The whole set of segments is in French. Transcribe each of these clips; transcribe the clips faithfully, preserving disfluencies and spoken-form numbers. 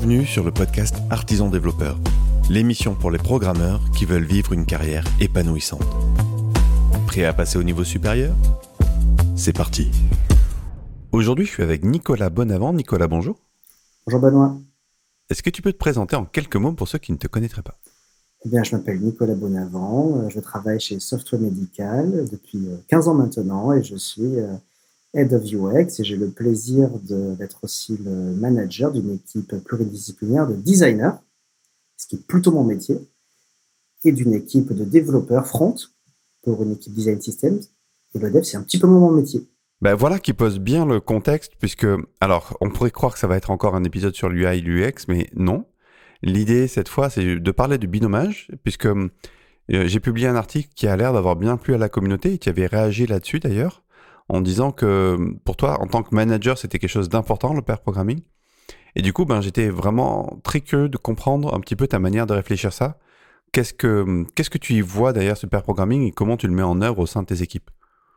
Bienvenue sur le podcast Artisan Développeur, l'émission pour les programmeurs qui veulent vivre une carrière épanouissante. Prêt à passer au niveau supérieur ? C'est parti. Aujourd'hui, je suis avec Nicolas Bonavent. Nicolas, bonjour. Bonjour Benoît. Est-ce que tu peux te présenter en quelques mots pour ceux qui ne te connaîtraient pas ? Eh bien, je m'appelle Nicolas Bonavent, je travaille chez Software Medical depuis quinze ans maintenant et je suis Head of U X et j'ai le plaisir de, d'être aussi le manager d'une équipe pluridisciplinaire de designers, ce qui est plutôt mon métier, et d'une équipe de développeurs front pour une équipe Design Systems. Et le dev, c'est un petit peu mon métier. Ben voilà qui pose bien le contexte, puisque, alors, on pourrait croire que ça va être encore un épisode sur l'U I et l'U X, mais non. L'idée, cette fois, c'est de parler du binomage, puisque euh, j'ai publié un article qui a l'air d'avoir bien plu à la communauté et qui avait réagi là-dessus d'ailleurs, en disant que pour toi, en tant que manager, c'était quelque chose d'important, le pair programming. Et du coup, ben, j'étais vraiment très curieux de comprendre un petit peu ta manière de réfléchir ça. Qu'est-ce que, qu'est-ce que tu y vois derrière ce pair programming et comment tu le mets en œuvre au sein de tes équipes ?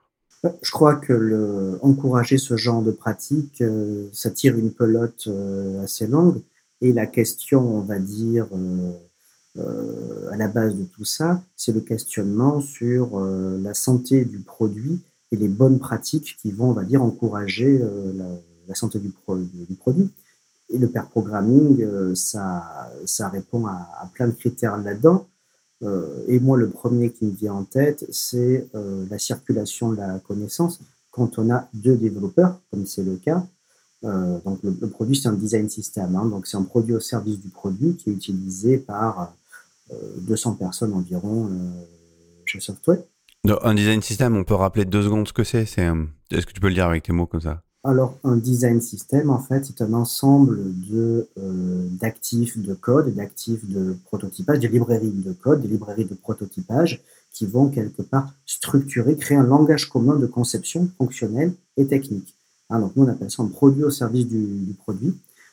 Je crois que le, encourager ce genre de pratique, euh, ça tire une pelote euh, assez longue. Et la question, on va dire, euh, euh, à la base de tout ça, c'est le questionnement sur euh, la santé du produit et les bonnes pratiques qui vont, on va dire, encourager euh, la, la santé du, pro, du produit. Et le pair programming, euh, ça, ça répond à, à plein de critères là-dedans. Euh, et moi, le premier qui me vient en tête, c'est euh, la circulation de la connaissance. Quand on a deux développeurs, comme c'est le cas, euh, donc le, le produit, c'est un design system. Hein, donc, c'est un produit au service du produit qui est utilisé par euh, deux cents personnes environ euh, chez Software. Un design system, on peut rappeler deux secondes ce que c'est, c'est euh, est-ce que tu peux le dire avec tes mots comme ça ? Alors, un design system, en fait, c'est un ensemble de, euh, d'actifs de code, d'actifs de prototypage, des librairies de code, des librairies de prototypage qui vont quelque part structurer, créer un langage commun de conception fonctionnelle et technique. Hein, donc, nous, on appelle ça un produit au service du, du produit,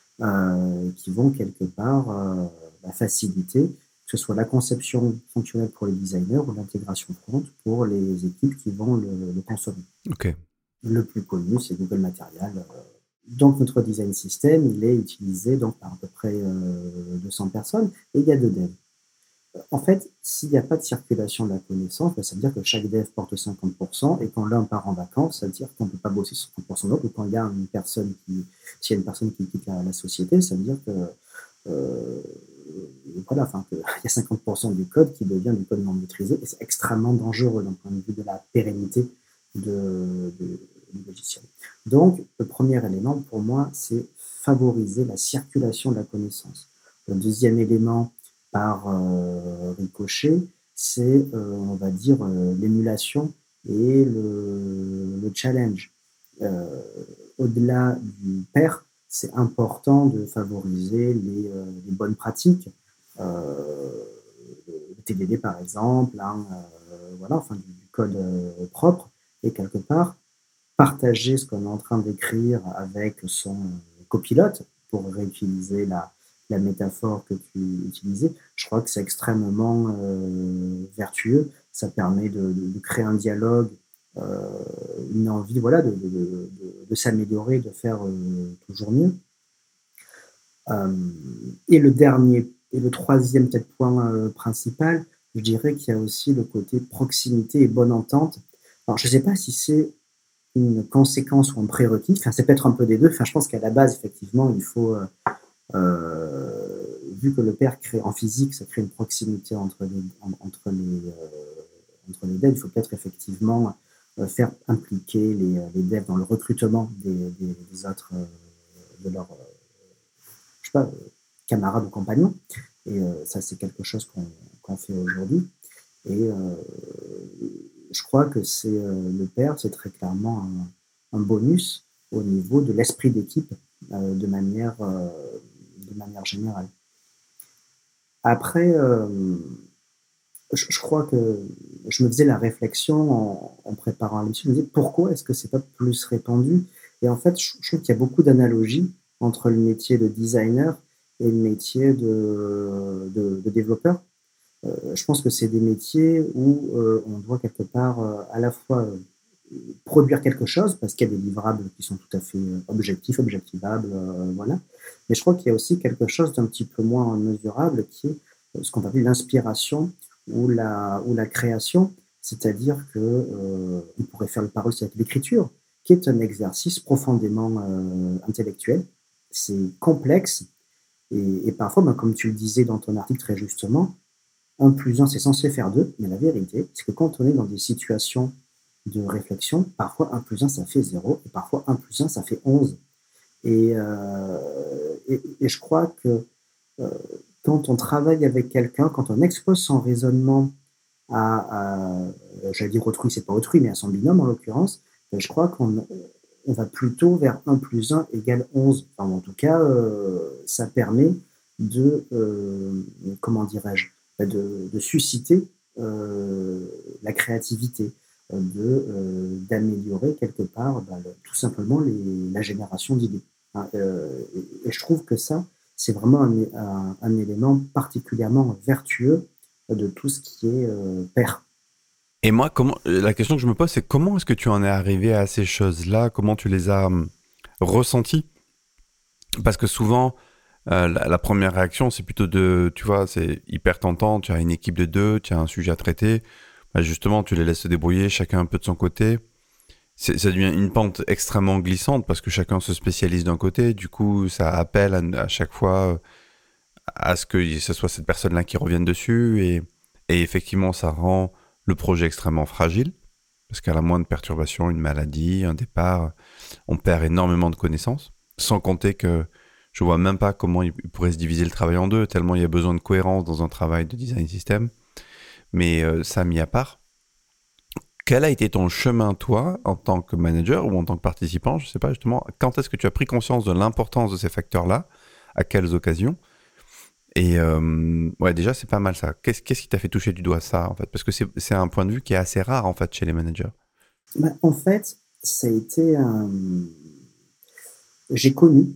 euh, qui vont quelque part euh, bah, faciliter que ce soit la conception fonctionnelle pour les designers ou l'intégration front pour les équipes qui vont le, le consommer. Ok. Le plus connu, c'est Google Material. Donc, notre design system, il est utilisé donc, par à peu près euh, deux cents personnes et il y a deux devs. En fait, s'il n'y a pas de circulation de la connaissance, ben, ça veut dire que chaque dev porte cinquante pour cent et quand l'un part en vacances, ça veut dire qu'on ne peut pas bosser sur cinquante pour cent de l'autre. Ou quand il y a une personne qui, s'il y a une personne qui quitte la, la société, ça veut dire que euh, voilà, enfin, qu'il y a cinquante pour cent du code qui devient du code non maîtrisé et c'est extrêmement dangereux d'un point de vue de la pérennité de, de, du logiciel. Donc, le premier élément pour moi, c'est favoriser la circulation de la connaissance. Le deuxième élément, par euh, ricochet, c'est, euh, on va dire, euh, l'émulation et le, le challenge. Euh, au-delà du pair, c'est important de favoriser les, euh, les bonnes pratiques. Euh, le T D D, par exemple, hein, euh, voilà, enfin, du, du code euh, propre. Et quelque part, partager ce qu'on est en train d'écrire avec son copilote, pour réutiliser la, la métaphore que tu utilisais, je crois que c'est extrêmement euh, vertueux. Ça permet de, de, de créer un dialogue, euh, une envie voilà, de, de, de, de s'améliorer, de faire euh, toujours mieux. Euh, et le dernier, et le troisième peut-être point euh, principal, je dirais qu'il y a aussi le côté proximité et bonne entente. Alors, je ne sais pas si c'est une conséquence ou un prérequis. Enfin, c'est peut-être un peu des deux. Enfin, je pense qu'à la base, effectivement, il faut, euh, euh, vu que le pair crée en physique, ça crée une proximité entre les, en, entre les, euh, entre les devs, il faut peut-être effectivement euh, faire impliquer les, les devs dans le recrutement des, des, des autres, euh, de leurs, euh, je sais pas, euh, camarades ou compagnons. Et euh, ça, c'est quelque chose qu'on, qu'on fait aujourd'hui. Et euh, je crois que c'est euh, le pair, c'est très clairement un, un bonus au niveau de l'esprit d'équipe euh, de manière, euh, de manière générale. Après, euh, je, je crois que je me faisais la réflexion en, en préparant l'émission, je me disais pourquoi est-ce que c'est pas plus répandu? Et en fait, je, je trouve qu'il y a beaucoup d'analogies entre le métier de designer et le métier de, de, de développeur. Euh, je pense que c'est des métiers où euh, on doit quelque part euh, à la fois euh, produire quelque chose, parce qu'il y a des livrables qui sont tout à fait objectifs, objectivables, euh, voilà. Mais je crois qu'il y a aussi quelque chose d'un petit peu moins mesurable qui est ce qu'on appelle l'inspiration ou la, ou la création, c'est-à-dire que euh, on pourrait faire le parallèle avec l'écriture, qui est un exercice profondément euh, intellectuel. C'est complexe et, et parfois, ben, comme tu le disais dans ton article très justement, un plus un, c'est censé faire deux, mais la vérité, c'est que quand on est dans des situations de réflexion, parfois un plus un, ça fait zéro, et parfois un plus un, ça fait onze. Et, euh, et, et je crois que euh, quand on travaille avec quelqu'un, quand on expose son raisonnement à, à j'allais dire autrui, c'est pas autrui, mais à son binôme en l'occurrence, ben je crois qu'on on va plutôt vers un plus un égale onze. Enfin, en tout cas, euh, ça permet de, euh, comment dirais-je, de, de susciter euh, la créativité, de euh, d'améliorer quelque part bah, le, tout simplement les, la génération d'idées. Hein, euh, et, et je trouve que ça, c'est vraiment un, un, un élément particulièrement vertueux de tout ce qui est euh, pair. Et moi, comment, la question que je me pose, c'est comment est-ce que tu en es arrivé à ces choses-là? Comment tu les as hum, ressenties? Parce que souvent, euh, la, la première réaction, c'est plutôt de, tu vois, c'est hyper tentant, tu as une équipe de deux, tu as un sujet à traiter, bah justement, tu les laisses se débrouiller, chacun un peu de son côté. C'est, ça devient une pente extrêmement glissante parce que chacun se spécialise d'un côté, du coup, ça appelle à, à chaque fois à ce que ce soit cette personne-là qui revienne dessus, et, et effectivement, ça rend le projet extrêmement fragile, parce qu'à la moindre perturbation, une maladie, un départ, on perd énormément de connaissances, sans compter que je vois même pas comment il pourrait se diviser le travail en deux, tellement il y a besoin de cohérence dans un travail de design system. Mais euh, ça mis à part, quel a été ton chemin, toi, en tant que manager ou en tant que participant? Je sais pas, justement, quand est-ce que tu as pris conscience de l'importance de ces facteurs-là? À quelles occasions? Et euh, ouais, déjà, c'est pas mal ça. Qu'est-ce, qu'est-ce qui t'a fait toucher du doigt ça, en fait? Parce que c'est, c'est un point de vue qui est assez rare, en fait, chez les managers. Ben, en fait, ça a été un... J'ai connu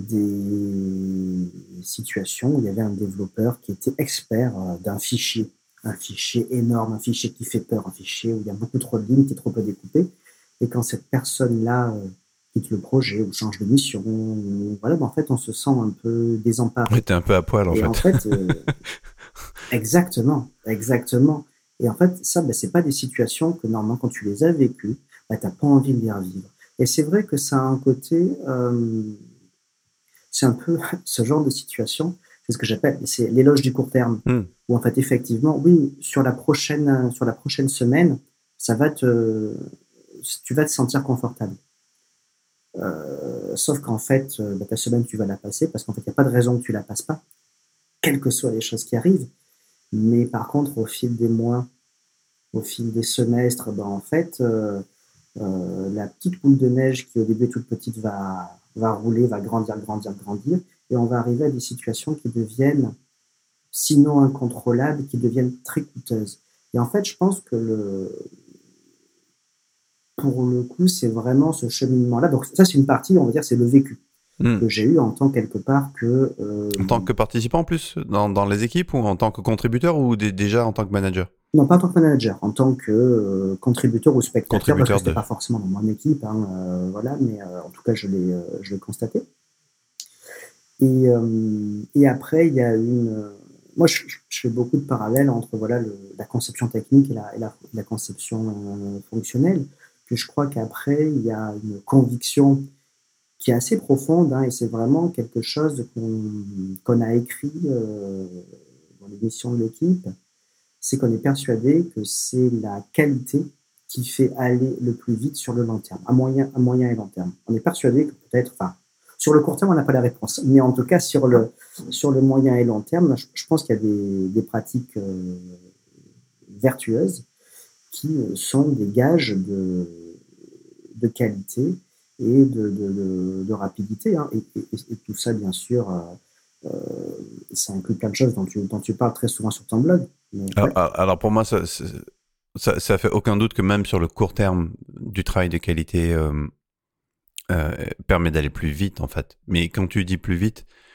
des situations où il y avait un développeur qui était expert d'un fichier, un fichier énorme, un fichier qui fait peur, un fichier où il y a beaucoup trop de lignes, qui est trop peu découpé. Et quand cette personne-là quitte le projet ou change de mission, voilà, ben en fait, on se sent un peu désemparé. Oui, t'es un peu à poil, en Et fait. en fait, euh, exactement, exactement. Et en fait, ça, ben, c'est pas des situations que normalement, quand tu les as vécues, ben, t'as pas envie de les revivre. Et c'est vrai que ça a un côté, euh, c'est un peu ce genre de situation, c'est ce que j'appelle, c'est l'éloge du court terme, Mm. où en fait, effectivement, oui, sur la prochaine, sur la prochaine semaine, ça va te, tu vas te sentir confortable. Euh, sauf qu'en fait, bah, ta semaine, tu vas la passer parce qu'en fait, il n'y a pas de raison que tu la passes pas, quelles que soient les choses qui arrivent. Mais par contre, au fil des mois, au fil des semestres, ben, en fait, euh, euh, la petite boule de neige qui au début est toute petite va, va rouler, va grandir, grandir, grandir, et on va arriver à des situations qui deviennent, sinon incontrôlables, qui deviennent très coûteuses. Et en fait, je pense que le, pour le coup, c'est vraiment ce cheminement-là. Donc ça, c'est une partie, on va dire, c'est le vécu Mm. que j'ai eu en tant quelque part que... Euh, En tant que participant, en plus, dans, dans les équipes, ou en tant que contributeur, ou d- déjà en tant que manager? Non, pas en tant que manager, en tant que euh, contributeur ou spectateur, parce que Contributeur c'était de... pas forcément dans mon équipe, hein, euh, voilà, mais euh, en tout cas, je l'ai, euh, je l'ai constaté. Et, euh, et après, il y a une... Moi, je, je fais beaucoup de parallèles entre voilà, le, la conception technique et la, et la, la conception euh, fonctionnelle. Puis je crois qu'après, il y a une conviction qui est assez profonde, hein, et c'est vraiment quelque chose qu'on, qu'on a écrit euh, dans l'émission de l'équipe, c'est qu'on est persuadé que c'est la qualité qui fait aller le plus vite sur le long terme, à moyen, à moyen et long terme. On est persuadé que peut-être, enfin, sur le court terme, on n'a pas la réponse, mais en tout cas, sur le, sur le moyen et long terme, je, je pense qu'il y a des, des pratiques euh, vertueuses qui sont des gages de, de qualité et de, de, de, de rapidité. Hein. Et, et, et tout ça, bien sûr, euh, euh, ça inclut plein de choses dont tu, dont tu parles très souvent sur ton blog. Mais, alors, ouais. alors pour moi, ça, ça, ça fait aucun doute que même sur le court terme, du travail de qualité euh, euh, permet d'aller plus vite, en fait. Mais quand tu dis plus vite,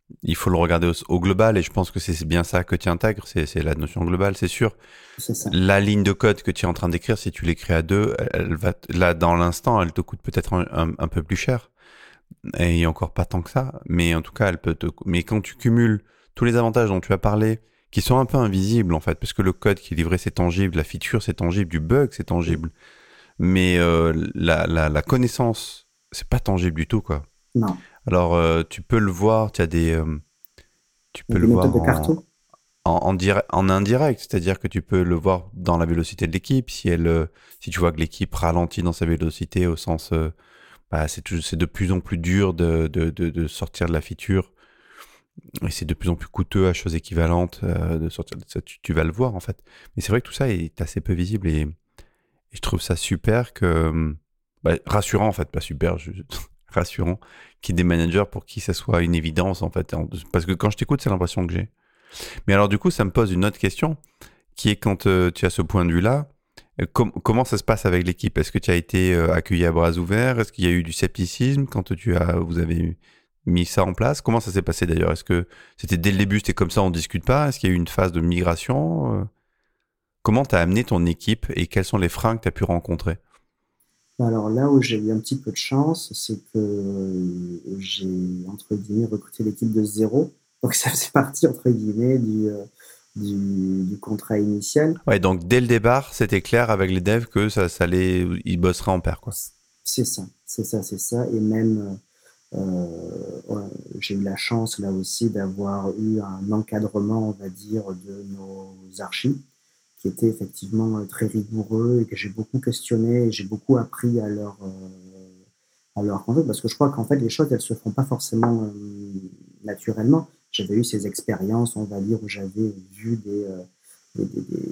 il faut le regarder au, au global et je pense que c'est bien ça que tu intègres, c'est, c'est la notion globale, c'est sûr. C'est ça. La ligne de code que tu es en train d'écrire, si tu l'écris à deux, elle, elle va, t- là, dans l'instant, elle te coûte peut-être un, un, un peu plus cher. Et encore pas tant que ça. Mais en tout cas, elle peut te, mais quand tu cumules tous les avantages dont tu as parlé, qui sont un peu invisibles, en fait, parce que le code qui est livré, c'est tangible, la feature, c'est tangible, du bug, c'est Oui. tangible. Mais euh, la, la, la connaissance, c'est pas tangible du tout, quoi. Non. Alors, euh, tu peux le voir, tu as des, euh, tu Il y peux a le des méthodes voir de en, carto. en, en, dire- en indirect, c'est-à-dire que tu peux le voir dans la vélocité de l'équipe. Si elle, euh, si tu vois que l'équipe ralentit dans sa vélocité au sens, euh, bah, c'est, tout- c'est de plus en plus dur de, de, de, de sortir de la feature et c'est de plus en plus coûteux à choses équivalentes euh, de sortir de ça. Tu, tu vas le voir en fait. Mais c'est vrai que tout ça est assez peu visible et, et je trouve ça super que, bah, rassurant en fait, pas super, juste rassurant qu'il y ait des managers pour qui ça soit une évidence en fait. Parce que quand je t'écoute, c'est l'impression que j'ai. Mais alors du coup, ça me pose une autre question, qui est quand euh, tu as ce point de vue-là, euh, com- comment ça se passe avec l'équipe? Est-ce que tu as été euh, accueilli à bras ouverts? Est-ce qu'il y a eu du scepticisme quand tu as, vous avez mis ça en place? Comment ça s'est passé d'ailleurs? Est-ce que c'était dès le début, c'était comme ça, on ne discute pas? Est-ce qu'il y a eu une phase de migration? Euh, Comment tu as amené ton équipe et quels sont les freins que tu as pu rencontrer? Alors là où j'ai eu un petit peu de chance, c'est que euh, j'ai, entre guillemets, recruté l'équipe de zéro. Donc ça faisait partie, entre guillemets, du, euh, du, du contrat initial. Ouais, donc dès le départ, c'était clair avec les devs que ça, ça allait, ils bosseraient en pair, quoi. C'est ça, c'est ça, c'est ça. Et même, euh, ouais, j'ai eu la chance là aussi d'avoir eu un encadrement, on va dire, de nos archis, qui était effectivement euh, très rigoureux et que j'ai beaucoup questionné et j'ai beaucoup appris à leur, euh, à leur conduite parce que je crois qu'en fait, les choses, elles se font pas forcément euh, naturellement. J'avais eu ces expériences, on va dire, où j'avais vu des, euh, des, des, des,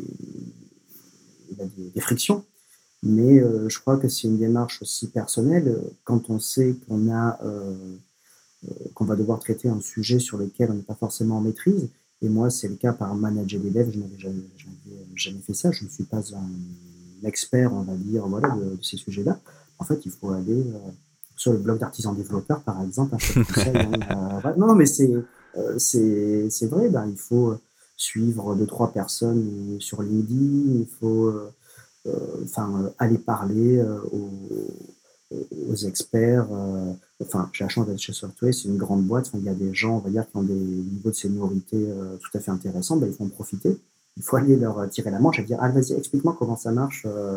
des, des, des frictions. Mais euh, je crois que c'est une démarche aussi personnelle. Quand on sait qu'on a euh, qu'on va devoir traiter un sujet sur lequel on n'est pas forcément en maîtrise. Et moi, c'est le cas par manager d'élèves, je n'avais jamais, jamais, fait ça. Je ne suis pas un expert, on va dire, voilà, de, de ces sujets-là. En fait, il faut aller euh, sur le blog d'artisans développeurs, par exemple, un peu de conseils. Hein, euh, non, non, mais c'est euh, c'est c'est vrai. Ben, il faut suivre deux trois personnes sur LinkedIn. Il faut euh, euh, enfin, euh, aller parler euh, aux, aux experts. Euh, enfin, j'ai la chance d'être chez Software, c'est une grande boîte. Enfin, il y a des gens, on va dire, qui ont des niveaux de seniorité euh, tout à fait intéressants. Ben, il faut en profiter. Il faut aller leur tirer la manche et dire, ah, vas-y, explique-moi comment ça marche. Euh,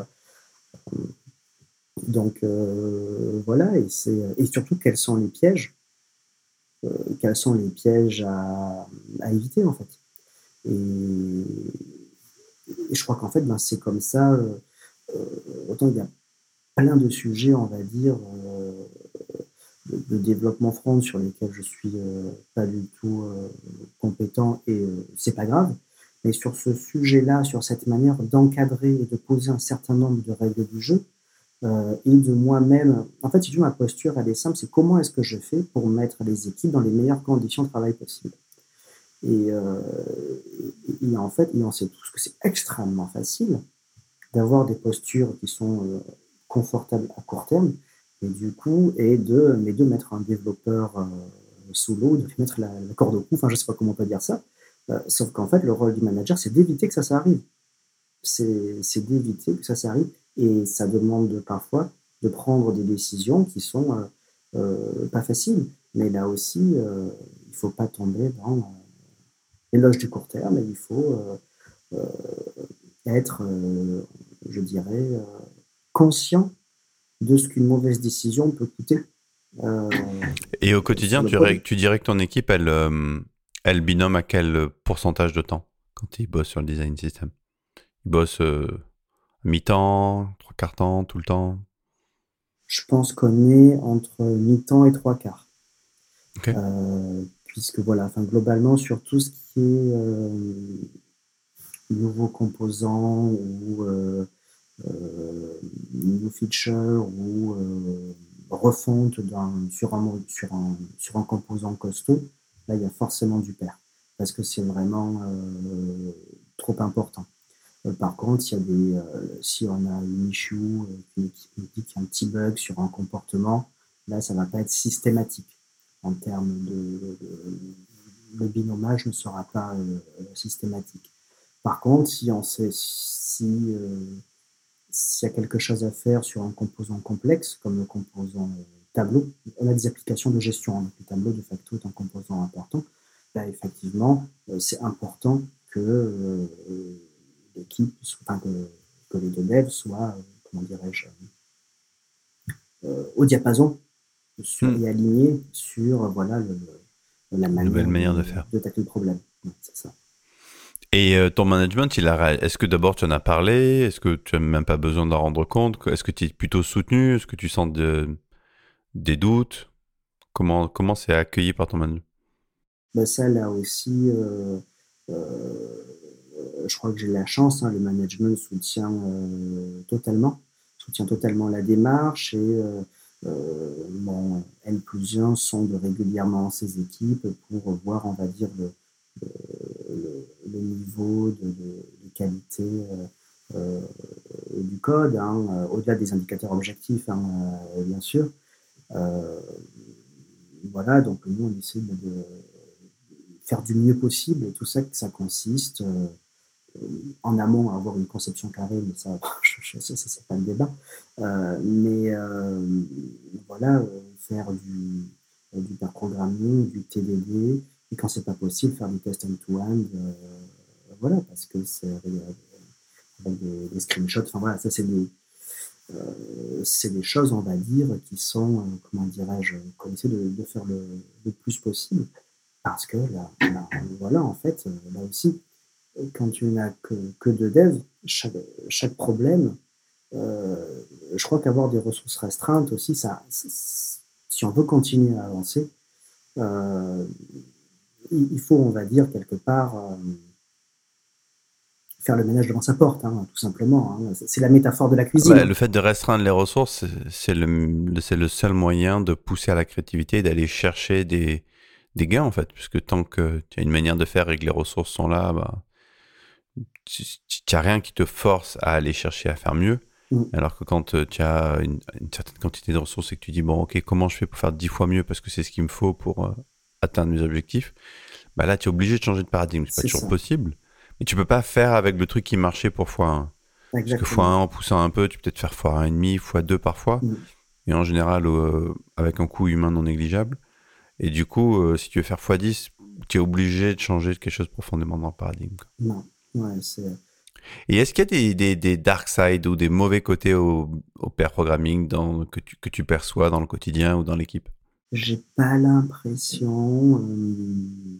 donc, euh, voilà. Et, c'est, et surtout, quels sont les pièges euh, Quels sont les pièges à, à éviter, en fait. Et, et je crois qu'en fait, ben, c'est comme ça. Euh, autant il y a plein de sujets, on va dire, euh, de, de, développement front sur lesquels je suis euh, pas du tout euh, compétent et euh, c'est pas grave. Mais sur ce sujet-là, sur cette manière d'encadrer et de poser un certain nombre de règles du jeu euh, et de moi-même, en fait, si tu veux, ma posture, elle est simple, c'est comment est-ce que je fais pour mettre les équipes dans les meilleures conditions de travail possibles. Et, euh, et, et en fait, et on sait tous que c'est extrêmement facile d'avoir des postures qui sont euh, confortables à court terme, et du coup, et de, mais de mettre un développeur euh, sous l'eau, de lui mettre la, la, corde au cou, enfin je sais pas comment on peut dire ça, euh, sauf qu'en fait, le rôle du manager, c'est d'éviter que ça, ça arrive. C'est, c'est d'éviter que ça, ça arrive, et ça demande parfois de prendre des décisions qui sont euh, euh, pas faciles, mais là aussi, euh, il faut pas tomber dans euh, l'éloge du court terme, et il faut euh, euh, être, euh, je dirais, euh, conscient de ce qu'une mauvaise décision peut coûter euh, Et au sur quotidien, le tu, ré- produit. tu dirais que ton équipe, elle, euh, elle binôme à quel pourcentage de temps quand ils bossent sur le design system? Ils bossent euh, mi-temps, trois quarts temps, tout le temps? Je pense qu'on est entre mi-temps et trois quarts. Ok. Euh, puisque voilà, enfin, globalement, sur tout ce qui est euh, nouveaux composants ou euh, euh, nouveaux features ou euh, refonte d'un, sur, un, sur, un, sur un composant costaud, là, il y a forcément du pair. Parce que c'est vraiment euh, trop important. Euh, par contre, il y a des, euh, si on a une issue euh, qui, qui nous dit qu'il y a un petit bug sur un comportement, là, ça va pas être systématique. en termes de, de, de le binômage ne sera pas euh, systématique. Par contre, si on sait si euh, s'il y a quelque chose à faire sur un composant complexe, comme le composant euh, tableau, on a des applications de gestion. Donc, le tableau, de facto, est un composant important. Là, effectivement, euh, c'est important que euh, l'équipe, enfin, que, que les deux devs soient, euh, comment dirais-je, euh, au diapason sur, Hmm. et alignés sur euh, voilà, le, la Une manière nouvelle manière de, de faire. de tacler le problème. Ouais, c'est ça. Et euh, ton management, il a... est-ce que d'abord tu en as parlé? Est-ce que tu n'as même pas besoin d'en rendre compte? Est-ce que tu es plutôt soutenu? Est-ce que tu sens de... des doutes? Comment comment c'est accueilli par ton management? Ben ça, là aussi, euh, euh, je crois que j'ai la chance, hein, le management soutient euh, totalement, soutient totalement la démarche et euh, euh, mon N plus un sonde régulièrement ses équipes pour voir, on va dire, le, le, le niveau de, de, de qualité euh, euh, du code, hein, euh, au-delà des indicateurs objectifs, hein, euh, bien sûr. Euh, voilà, donc nous, on essaie de, de faire du mieux possible et tout ça, que ça consiste euh, en amont à avoir une conception carrée, mais ça, je, je sais, ça c'est pas le débat. Euh, mais euh, voilà, euh, faire du, euh, du pair programming, du T D D, et quand c'est pas possible, faire du test end-to-end, euh, voilà, parce que c'est avec des, des screenshots, enfin voilà, ça c'est des, euh, c'est des choses, on va dire, qui sont, euh, comment dirais-je, qu'on essaie de, de faire le, le plus possible, parce que là, là voilà, en fait, là aussi, quand tu n'as que, que deux devs, chaque, chaque problème, euh, je crois qu'avoir des ressources restreintes aussi, ça, si on veut continuer à avancer, euh, il, il faut, on va dire, quelque part, euh, faire le ménage devant sa porte, hein, tout simplement. Hein. C'est la métaphore de la cuisine. Bah, Hein. le fait de restreindre les ressources, c'est- c'est le, c'est le seul moyen de pousser à la créativité et d'aller chercher des, des gains, en fait. Puisque tant que tu as une manière de faire et que les ressources sont là, bah, tu n'as rien qui te force à aller chercher à faire mieux. Mm. Alors que quand euh, tu as une, une certaine quantité de ressources et que tu dis, bon, ok, comment je fais pour faire dix fois mieux parce que c'est ce qu'il me faut pour euh, atteindre mes objectifs, bah là, tu es obligé de changer de paradigme. C'est pas C'est toujours ça, possible. Mais tu peux pas faire avec le truc qui marchait pour fois un. Parce que fois exactement. un, en poussant un peu, tu peux peut-être faire fois un et demi, fois deux parfois. Mm. Et en général, euh, avec un coût humain non négligeable. Et du coup, euh, si tu veux faire fois dix, tu es obligé de changer quelque chose profondément dans le paradigme, quoi. Non, ouais, c'est... Et est-ce qu'il y a des, des, des dark sides ou des mauvais côtés au, au pair programming dans, que, tu, que tu perçois dans le quotidien ou dans l'équipe? J'ai pas l'impression... Euh...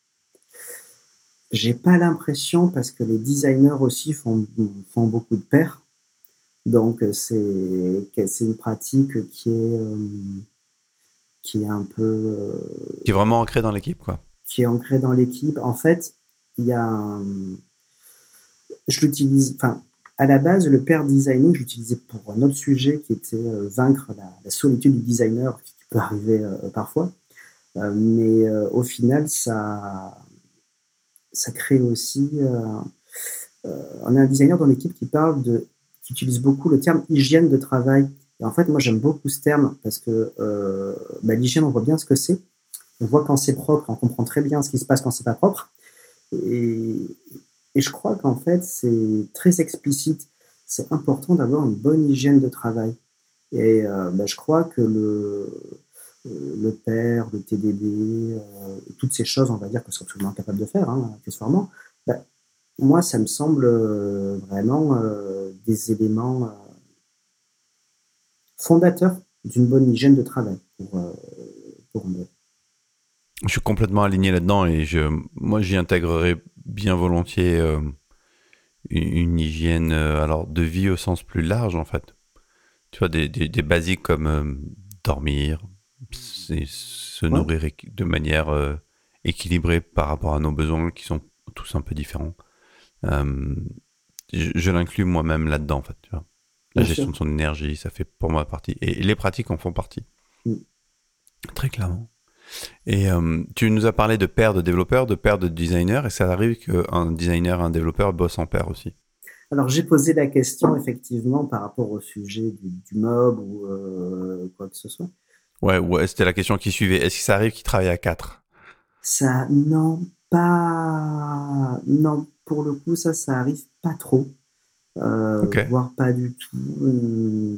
J'ai pas l'impression parce que les designers aussi font, font beaucoup de pairs. Donc c'est c'est une pratique qui est euh, qui est un peu euh, Qui est vraiment ancré dans l'équipe, quoi. qui est ancrée dans l'équipe. En fait, il y a un, je l'utilise. Enfin, à la base, le pair designing, je l'utilisais pour un autre sujet qui était euh, vaincre la, la solitude du designer qui peut arriver euh, parfois. Euh, mais euh, au final, ça ça crée aussi. Euh, euh, on a un designer dans l'équipe qui parle de qui utilise beaucoup le terme hygiène de travail. Et en fait, moi, j'aime beaucoup ce terme parce que euh, bah, l'hygiène, on voit bien ce que c'est. On voit quand c'est propre, on comprend très bien ce qui se passe quand c'est pas propre. Et, et je crois qu'en fait, c'est très explicite. C'est important d'avoir une bonne hygiène de travail. Et euh, bah, je crois que le, le pair, le T D D, euh, toutes ces choses, on va dire que sont absolument capables de faire, hein, accessoirement, bah, moi, ça me semble euh, vraiment euh, des éléments euh, fondateurs d'une bonne hygiène de travail pour, euh, pour nous. Je suis complètement aligné là-dedans et je, moi, j'y intégrerais bien volontiers euh, une, une hygiène euh, alors de vie au sens plus large, en fait. Tu vois, des, des, des basiques comme euh, dormir, c'est se Ouais, nourrir équ- de manière euh, équilibrée par rapport à nos besoins qui sont tous un peu différents. Euh, je je l'inclus moi-même là-dedans, en fait. Tu vois. La bien gestion sûr. de son énergie, ça fait pour moi partie. Et, et les pratiques en font partie, Mm. très clairement. Et euh, tu nous as parlé de paires de développeurs, de paires de designers, et ça arrive qu'un designer et un développeur bossent en paire aussi. Alors, j'ai posé la question, effectivement, par rapport au sujet du, du mob ou euh, quoi que ce soit. Ouais, ouais, c'était la question qui suivait. Est-ce que ça arrive qu'ils travaillent à quatre? Ça, non, pas, non, pour le coup, ça, ça arrive pas trop, euh, Ok. voire pas du tout. Euh,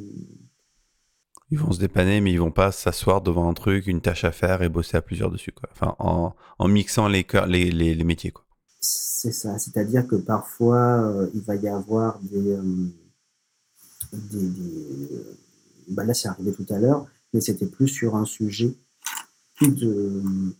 Ils vont se dépanner, mais ils vont pas s'asseoir devant un truc, une tâche à faire et bosser à plusieurs dessus, quoi. Enfin, en, en mixant les, cœurs- les, les, les métiers, quoi. C'est ça, c'est-à-dire que parfois, euh, il va y avoir des, euh, des, des euh, bah là, c'est arrivé tout à l'heure, mais c'était plus sur un sujet de euh,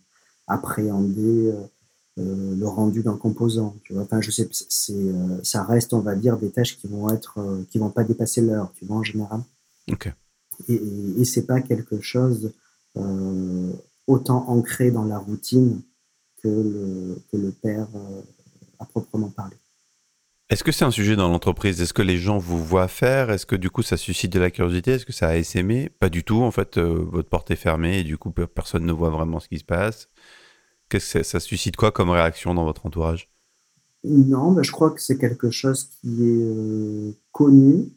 appréhender euh, euh, le rendu d'un composant. Tu vois, enfin, je sais, c'est, euh, ça reste, on va dire, des tâches qui vont être, euh, qui vont pas dépasser l'heure, tu vois, en général. Ok. Et, et, et c'est pas quelque chose euh, autant ancré dans la routine que le, que le père euh, à proprement parler. Est-ce que c'est un sujet dans l'entreprise? Est-ce que les gens vous voient faire? Est-ce que du coup ça suscite de la curiosité? Est-ce que ça a essaimé? Pas du tout, en fait, euh, votre porte est fermée et du coup pe- personne ne voit vraiment ce qui se passe. Qu'est-ce que ça, ça suscite quoi comme réaction dans votre entourage? Non, ben, je crois que c'est quelque chose qui est euh, connu,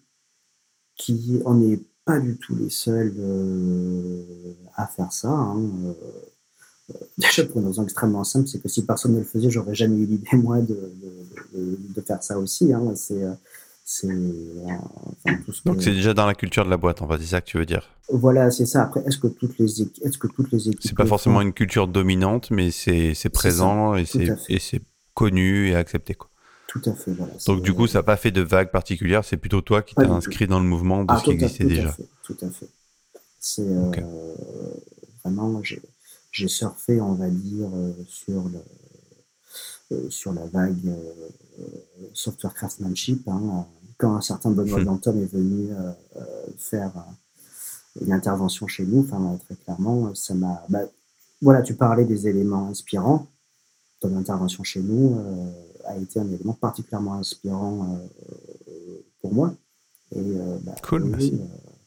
qui on n'est pas du tout les seuls euh, à faire ça. Hein. Euh, déjà pour une raison extrêmement simple, c'est que si personne ne le faisait, j'aurais jamais eu l'idée moi de, de, de, de faire ça aussi. Hein. C'est, euh, c'est euh, enfin, tout ce Donc c'est que déjà dans la culture de la boîte, en fait, c'est ça que tu veux dire. voilà, c'est ça. Après, est-ce que toutes les équipes, est-ce que toutes les C'est équipes pas le forcément font? une culture dominante, mais c'est c'est C'est ça, présent et tout c'est à et fait, c'est connu et accepté, quoi. tout à fait. Voilà, c'est Donc du coup, ça n'a pas fait de vague particulière, c'est plutôt toi qui pas t'es du tout. inscrit dans le mouvement de Ah, ce qui tout à, existait tout à déjà. fait, tout à fait. C'est Ok. euh, vraiment, j'ai, j'ai surfé, on va dire, euh, sur le, euh, sur la vague euh, software craftsmanship. Hein, quand un certain Benoît Danton est venu euh, euh, faire une intervention chez nous, enfin, très clairement, ça m'a. Bah, voilà, tu parlais des éléments inspirants. Ton intervention chez nous euh, a été un élément particulièrement inspirant euh, pour moi. Et euh, bah, Cool, oui, oui, merci.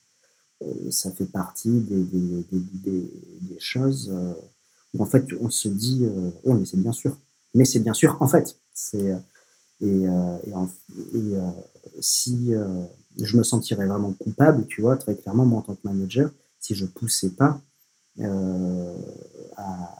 euh, ça fait partie des, des, des, des, des choses euh, où en fait on se dit euh, oui, mais c'est bien sûr. Mais c'est bien sûr, en fait. C'est, et euh, et, en, et euh, si euh, je me sentirais vraiment coupable, tu vois, très clairement, moi en tant que manager, si je poussais pas euh, à,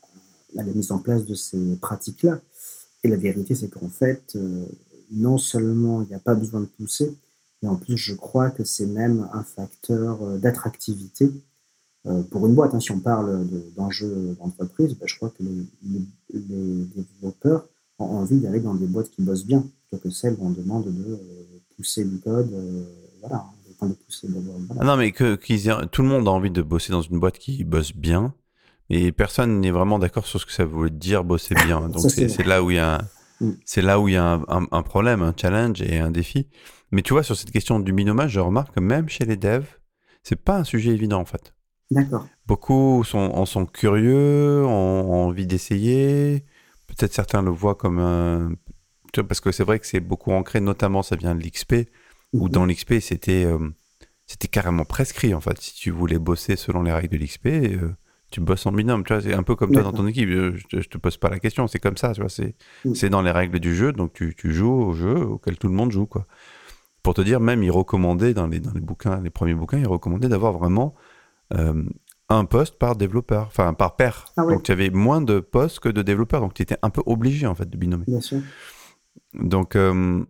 à la mise en place de ces pratiques-là. Et la vérité, c'est qu'en fait, euh, non seulement il n'y a pas besoin de pousser, mais en plus, je crois que c'est même un facteur euh, d'attractivité euh, pour une boîte. Hein. Si on parle de, d'enjeux d'entreprise, ben, je crois que les, les, les développeurs ont envie d'aller dans des boîtes qui bossent bien, plutôt que celles où on demande de euh, pousser du code, euh, voilà, hein, de pousser de, Ah voilà. non, mais que qu'ils aient- tout le monde a envie de bosser dans une boîte qui bosse bien, et personne n'est vraiment d'accord sur ce que ça veut dire bosser bien. Ça, Donc c'est c'est vrai. c'est là où il y a un, Mm. c'est là où il y a un, un- un problème, un challenge et un défi. Mais tu vois, sur cette question du binomage, je remarque que même chez les devs, c'est pas un sujet évident en fait. D'accord. Beaucoup sont, en sont curieux, ont, ont envie d'essayer. Peut-être certains le voient comme un... tu vois, parce que c'est vrai que c'est beaucoup ancré, notamment ça vient de l'X P, où Mm-hmm. dans l'X P, c'était euh, c'était carrément prescrit, en fait. Si tu voulais bosser selon les règles de l'X P, euh, tu bosses en binôme. Tu vois, c'est un peu comme toi dans D'accord. ton équipe. Je, je, te je te pose pas la question, c'est comme ça, tu vois. C'est Mm. c'est dans les règles du jeu, donc tu, tu joues au jeu auquel tout le monde joue, quoi. Pour te dire, même, ils recommandaient, dans les, dans les bouquins, les premiers bouquins, ils recommandaient d'avoir vraiment euh, un poste par développeur, enfin par pair. Ah oui, Donc tu avais moins de postes que de développeurs, donc tu étais un peu obligé en fait de binômer. bien sûr. Donc euh,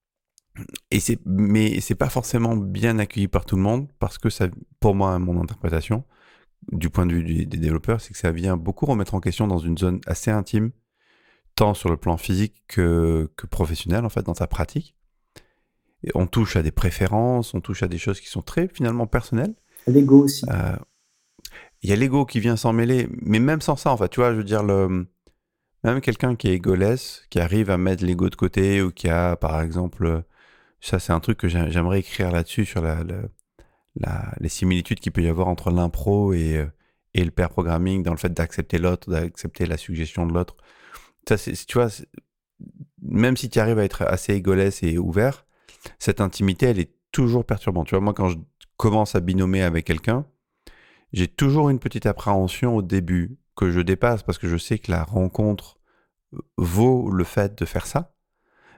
et c'est mais c'est pas forcément bien accueilli par tout le monde parce que ça, pour moi, mon interprétation du point de vue du- des développeurs, c'est que ça vient beaucoup remettre en question dans une zone assez intime, tant sur le plan physique que, que professionnel en fait dans ta pratique. Et on touche à des préférences, on touche à des choses qui sont très finalement personnelles. L'ego aussi. Euh, Il y a l'ego qui vient s'en mêler, mais même sans ça en fait, tu vois, je veux dire le même quelqu'un qui est egoless, qui arrive à mettre l'ego de côté ou qui a, par exemple, ça c'est un truc que j'ai- j'aimerais écrire là-dessus, sur la, la- la- les similitudes qu'il peut y avoir entre l'impro et, euh, et le pair programming dans le fait d'accepter l'autre, d'accepter la suggestion de l'autre. Ça, c'est, tu vois, c'est- même si tu arrives à être assez egoless et ouvert, cette intimité, elle est toujours perturbante. Tu vois, moi, quand je commence à binomer avec quelqu'un, j'ai toujours une petite appréhension au début que je dépasse parce que je sais que la rencontre vaut le fait de faire ça.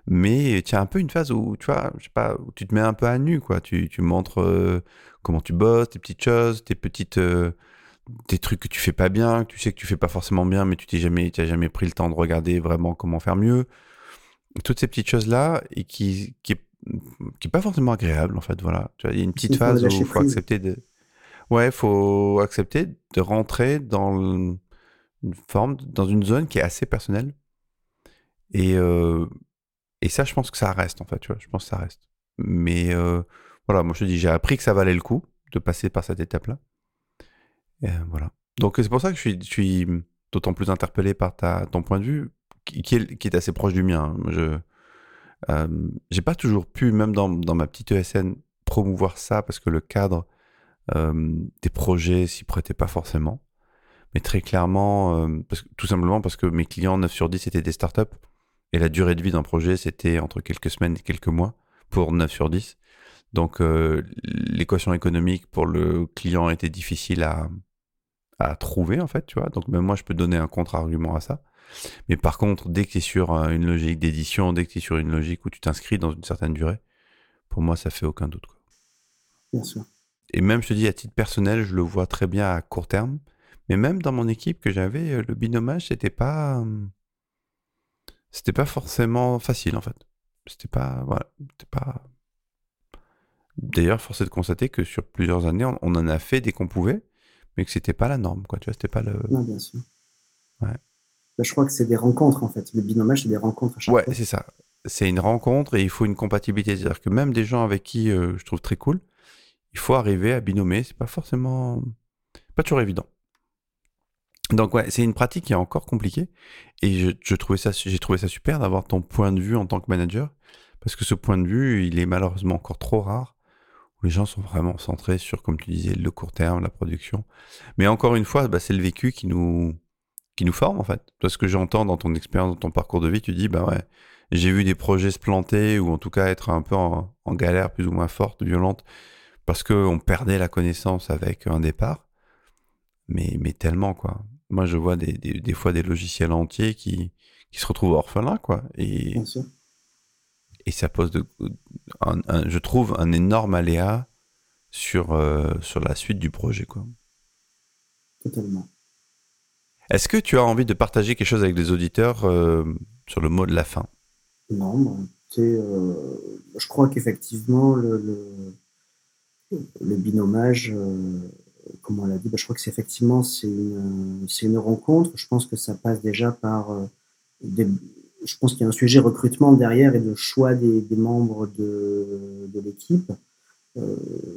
Mais tu as un peu une phase où, tu vois, je sais pas, où tu te mets un peu à nu, quoi. Tu, tu montres euh, comment tu bosses, tes petites choses, tes petites, euh, des trucs que tu fais pas bien, que tu sais que tu fais pas forcément bien, mais tu t'es jamais, tu as jamais pris le temps de regarder vraiment comment faire mieux. Toutes ces petites choses-là, et qui, qui est, qui est pas forcément agréable, en fait, voilà. Tu vois, il y a une C'est petite une forme de phase où lâcher il faut prise. accepter de, ouais, faut accepter de rentrer dans le- une forme, dans une zone qui est assez personnelle. Et, euh, et ça, je pense que ça reste, en fait, tu vois, je pense que ça reste. Mais euh, voilà, moi je te dis, j'ai appris que ça valait le coup de passer par cette étape-là. Et, euh, voilà. Donc c'est pour ça que je suis, je suis d'autant plus interpellé par ta, ton point de vue, qui, qui est, qui est assez proche du mien. Hein. Je, euh, j'ai pas toujours pu, même dans, dans ma petite E S N, promouvoir ça parce que le cadre euh, des projets s'y prêtait pas forcément. Mais très clairement, euh, parce que, tout simplement parce que mes clients neuf sur dix étaient des startups. Et la durée de vie d'un projet, c'était entre quelques semaines et quelques mois pour neuf sur dix. Donc euh, l'équation économique pour le client était difficile à, à trouver, en fait, tu vois. Donc même moi, je peux donner un contre-argument à ça. Mais par contre, dès que tu es sur euh, une logique d'édition, dès que tu es sur une logique où tu t'inscris dans une certaine durée, pour moi, ça fait aucun doute, quoi. Bien sûr. Et même, je te dis, à titre personnel, je le vois très bien à court terme. Mais même dans mon équipe que j'avais, euh, le binomage, c'était pas, euh, c'était pas forcément facile, en fait. C'était pas, voilà, c'était pas. D'ailleurs, force est de constater que sur plusieurs années, on, on en a fait dès qu'on pouvait, mais que c'était pas la norme, quoi. Tu vois, c'était pas le. Non, bien sûr. Ouais, Bah, je crois que c'est des rencontres, en fait. Le binomage, c'est des rencontres à chaque ouais, fois. c'est ça. C'est une rencontre et il faut une compatibilité. C'est-à-dire que même des gens avec qui euh, je trouve très cool, il faut arriver à binomer. C'est pas forcément, pas toujours évident. Donc ouais, c'est une pratique qui est encore compliquée et je, je trouvais ça, j'ai trouvé ça super d'avoir ton point de vue en tant que manager parce que ce point de vue, il est malheureusement encore trop rare où les gens sont vraiment centrés sur, comme tu disais, le court terme, la production. Mais encore une fois, bah, c'est le vécu qui nous, qui nous forme en fait. Parce que j'entends dans ton expérience, dans ton parcours de vie, tu dis, bah ouais, j'ai vu des projets se planter ou en tout cas être un peu en, en galère plus ou moins forte, violente, parce qu'on perdait la connaissance avec un départ. Mais, mais tellement, quoi. Moi, je vois des, des, des fois des logiciels entiers qui, qui se retrouvent orphelins, quoi. Bien Et, sûr. et ça pose, de, un, un- je trouve, un énorme aléa sur, euh, sur la suite du projet, quoi. Totalement. Est-ce que tu as envie de partager quelque chose avec les auditeurs euh, sur le mot de la fin? Non, bah, écoutez, euh, je crois qu'effectivement, le, le, le binomage, euh, comme on l'a dit, bah, je crois que c'est effectivement c'est une, c'est une rencontre. Je pense que ça passe déjà par euh, des, je pense qu'il y a un sujet recrutement derrière et de choix des, des membres de, de l'équipe. Euh,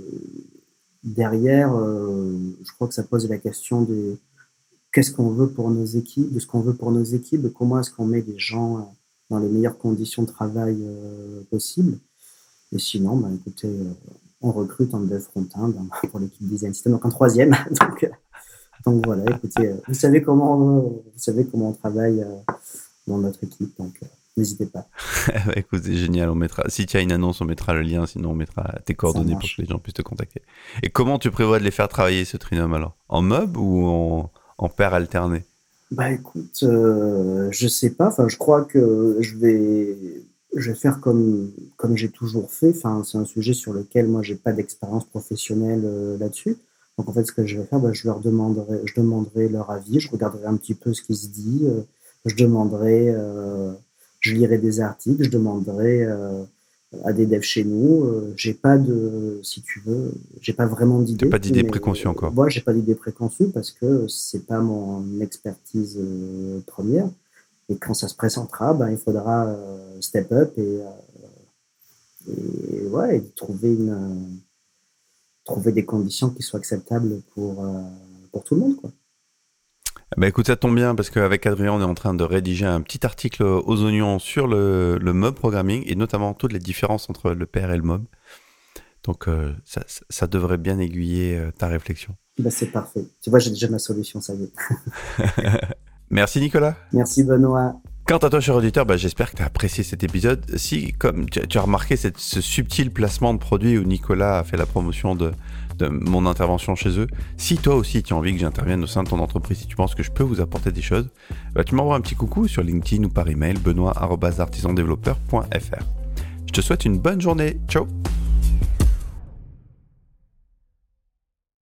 derrière, euh, je crois que ça pose la question de qu'est-ce qu'on veut pour nos équipes, de ce qu'on veut pour nos équipes, de comment est-ce qu'on met des gens euh, dans les meilleures conditions de travail euh, possibles. Et sinon, bah, écoutez, euh, on recrute en dev front-end hein, pour l'équipe design system, donc en troisième. donc, euh, donc voilà, écoutez, euh, vous savez comment, euh, vous savez comment on travaille euh, dans notre équipe, donc euh, n'hésitez pas, Écoute, c'est génial. On mettra, si tu as une annonce, on mettra le lien. Sinon, on mettra tes ça coordonnées pour que marche. les gens puissent te contacter. Et comment tu prévois de les faire travailler, ce trinôme, alors? En mob ou en, en paire alternée? Bah écoute, euh, je sais pas, enfin je crois que je vais, je vais faire comme, comme j'ai toujours fait, enfin c'est un sujet sur lequel moi j'ai pas d'expérience professionnelle euh, là-dessus. Donc en fait ce que je vais faire, bah, je leur demanderai, je demanderai leur avis, je regarderai un petit peu ce qui se dit, euh, je demanderai, euh, je lirai des articles, je demanderai euh, à des devs chez nous. Euh, j'ai pas de, si tu veux, j'ai pas vraiment T'as d'idée, pas d'idée mais préconçue euh, encore? moi j'ai pas d'idée préconçue parce que c'est pas mon expertise euh, première. Et quand ça se présentera, ben il faudra euh, step up et, euh, et ouais, et trouver une, euh, trouver des conditions qui soient acceptables pour euh, pour tout le monde, quoi. Bah écoute, ça tombe bien parce qu'avec Adrien, on est en train de rédiger un petit article aux oignons sur le, le mob programming et notamment toutes les différences entre le pair et le mob. Donc euh, ça, ça, ça devrait bien aiguiller euh, ta réflexion. Ben, c'est parfait. Tu vois, j'ai déjà ma solution, ça y est. Merci Nicolas. Merci Benoît. Quant à toi, cher auditeur, bah, j'espère que tu as apprécié cet épisode. Si, comme tu as, tu as remarqué cette, ce subtil placement de produit où Nicolas a fait la promotion de, de mon intervention chez eux, si toi aussi tu as envie que j'intervienne au sein de ton entreprise, si tu penses que je peux vous apporter des choses, bah, tu m'envoies un petit coucou sur LinkedIn ou par email benoît arobase artisan développeur point f r. Je te souhaite une bonne journée. Ciao!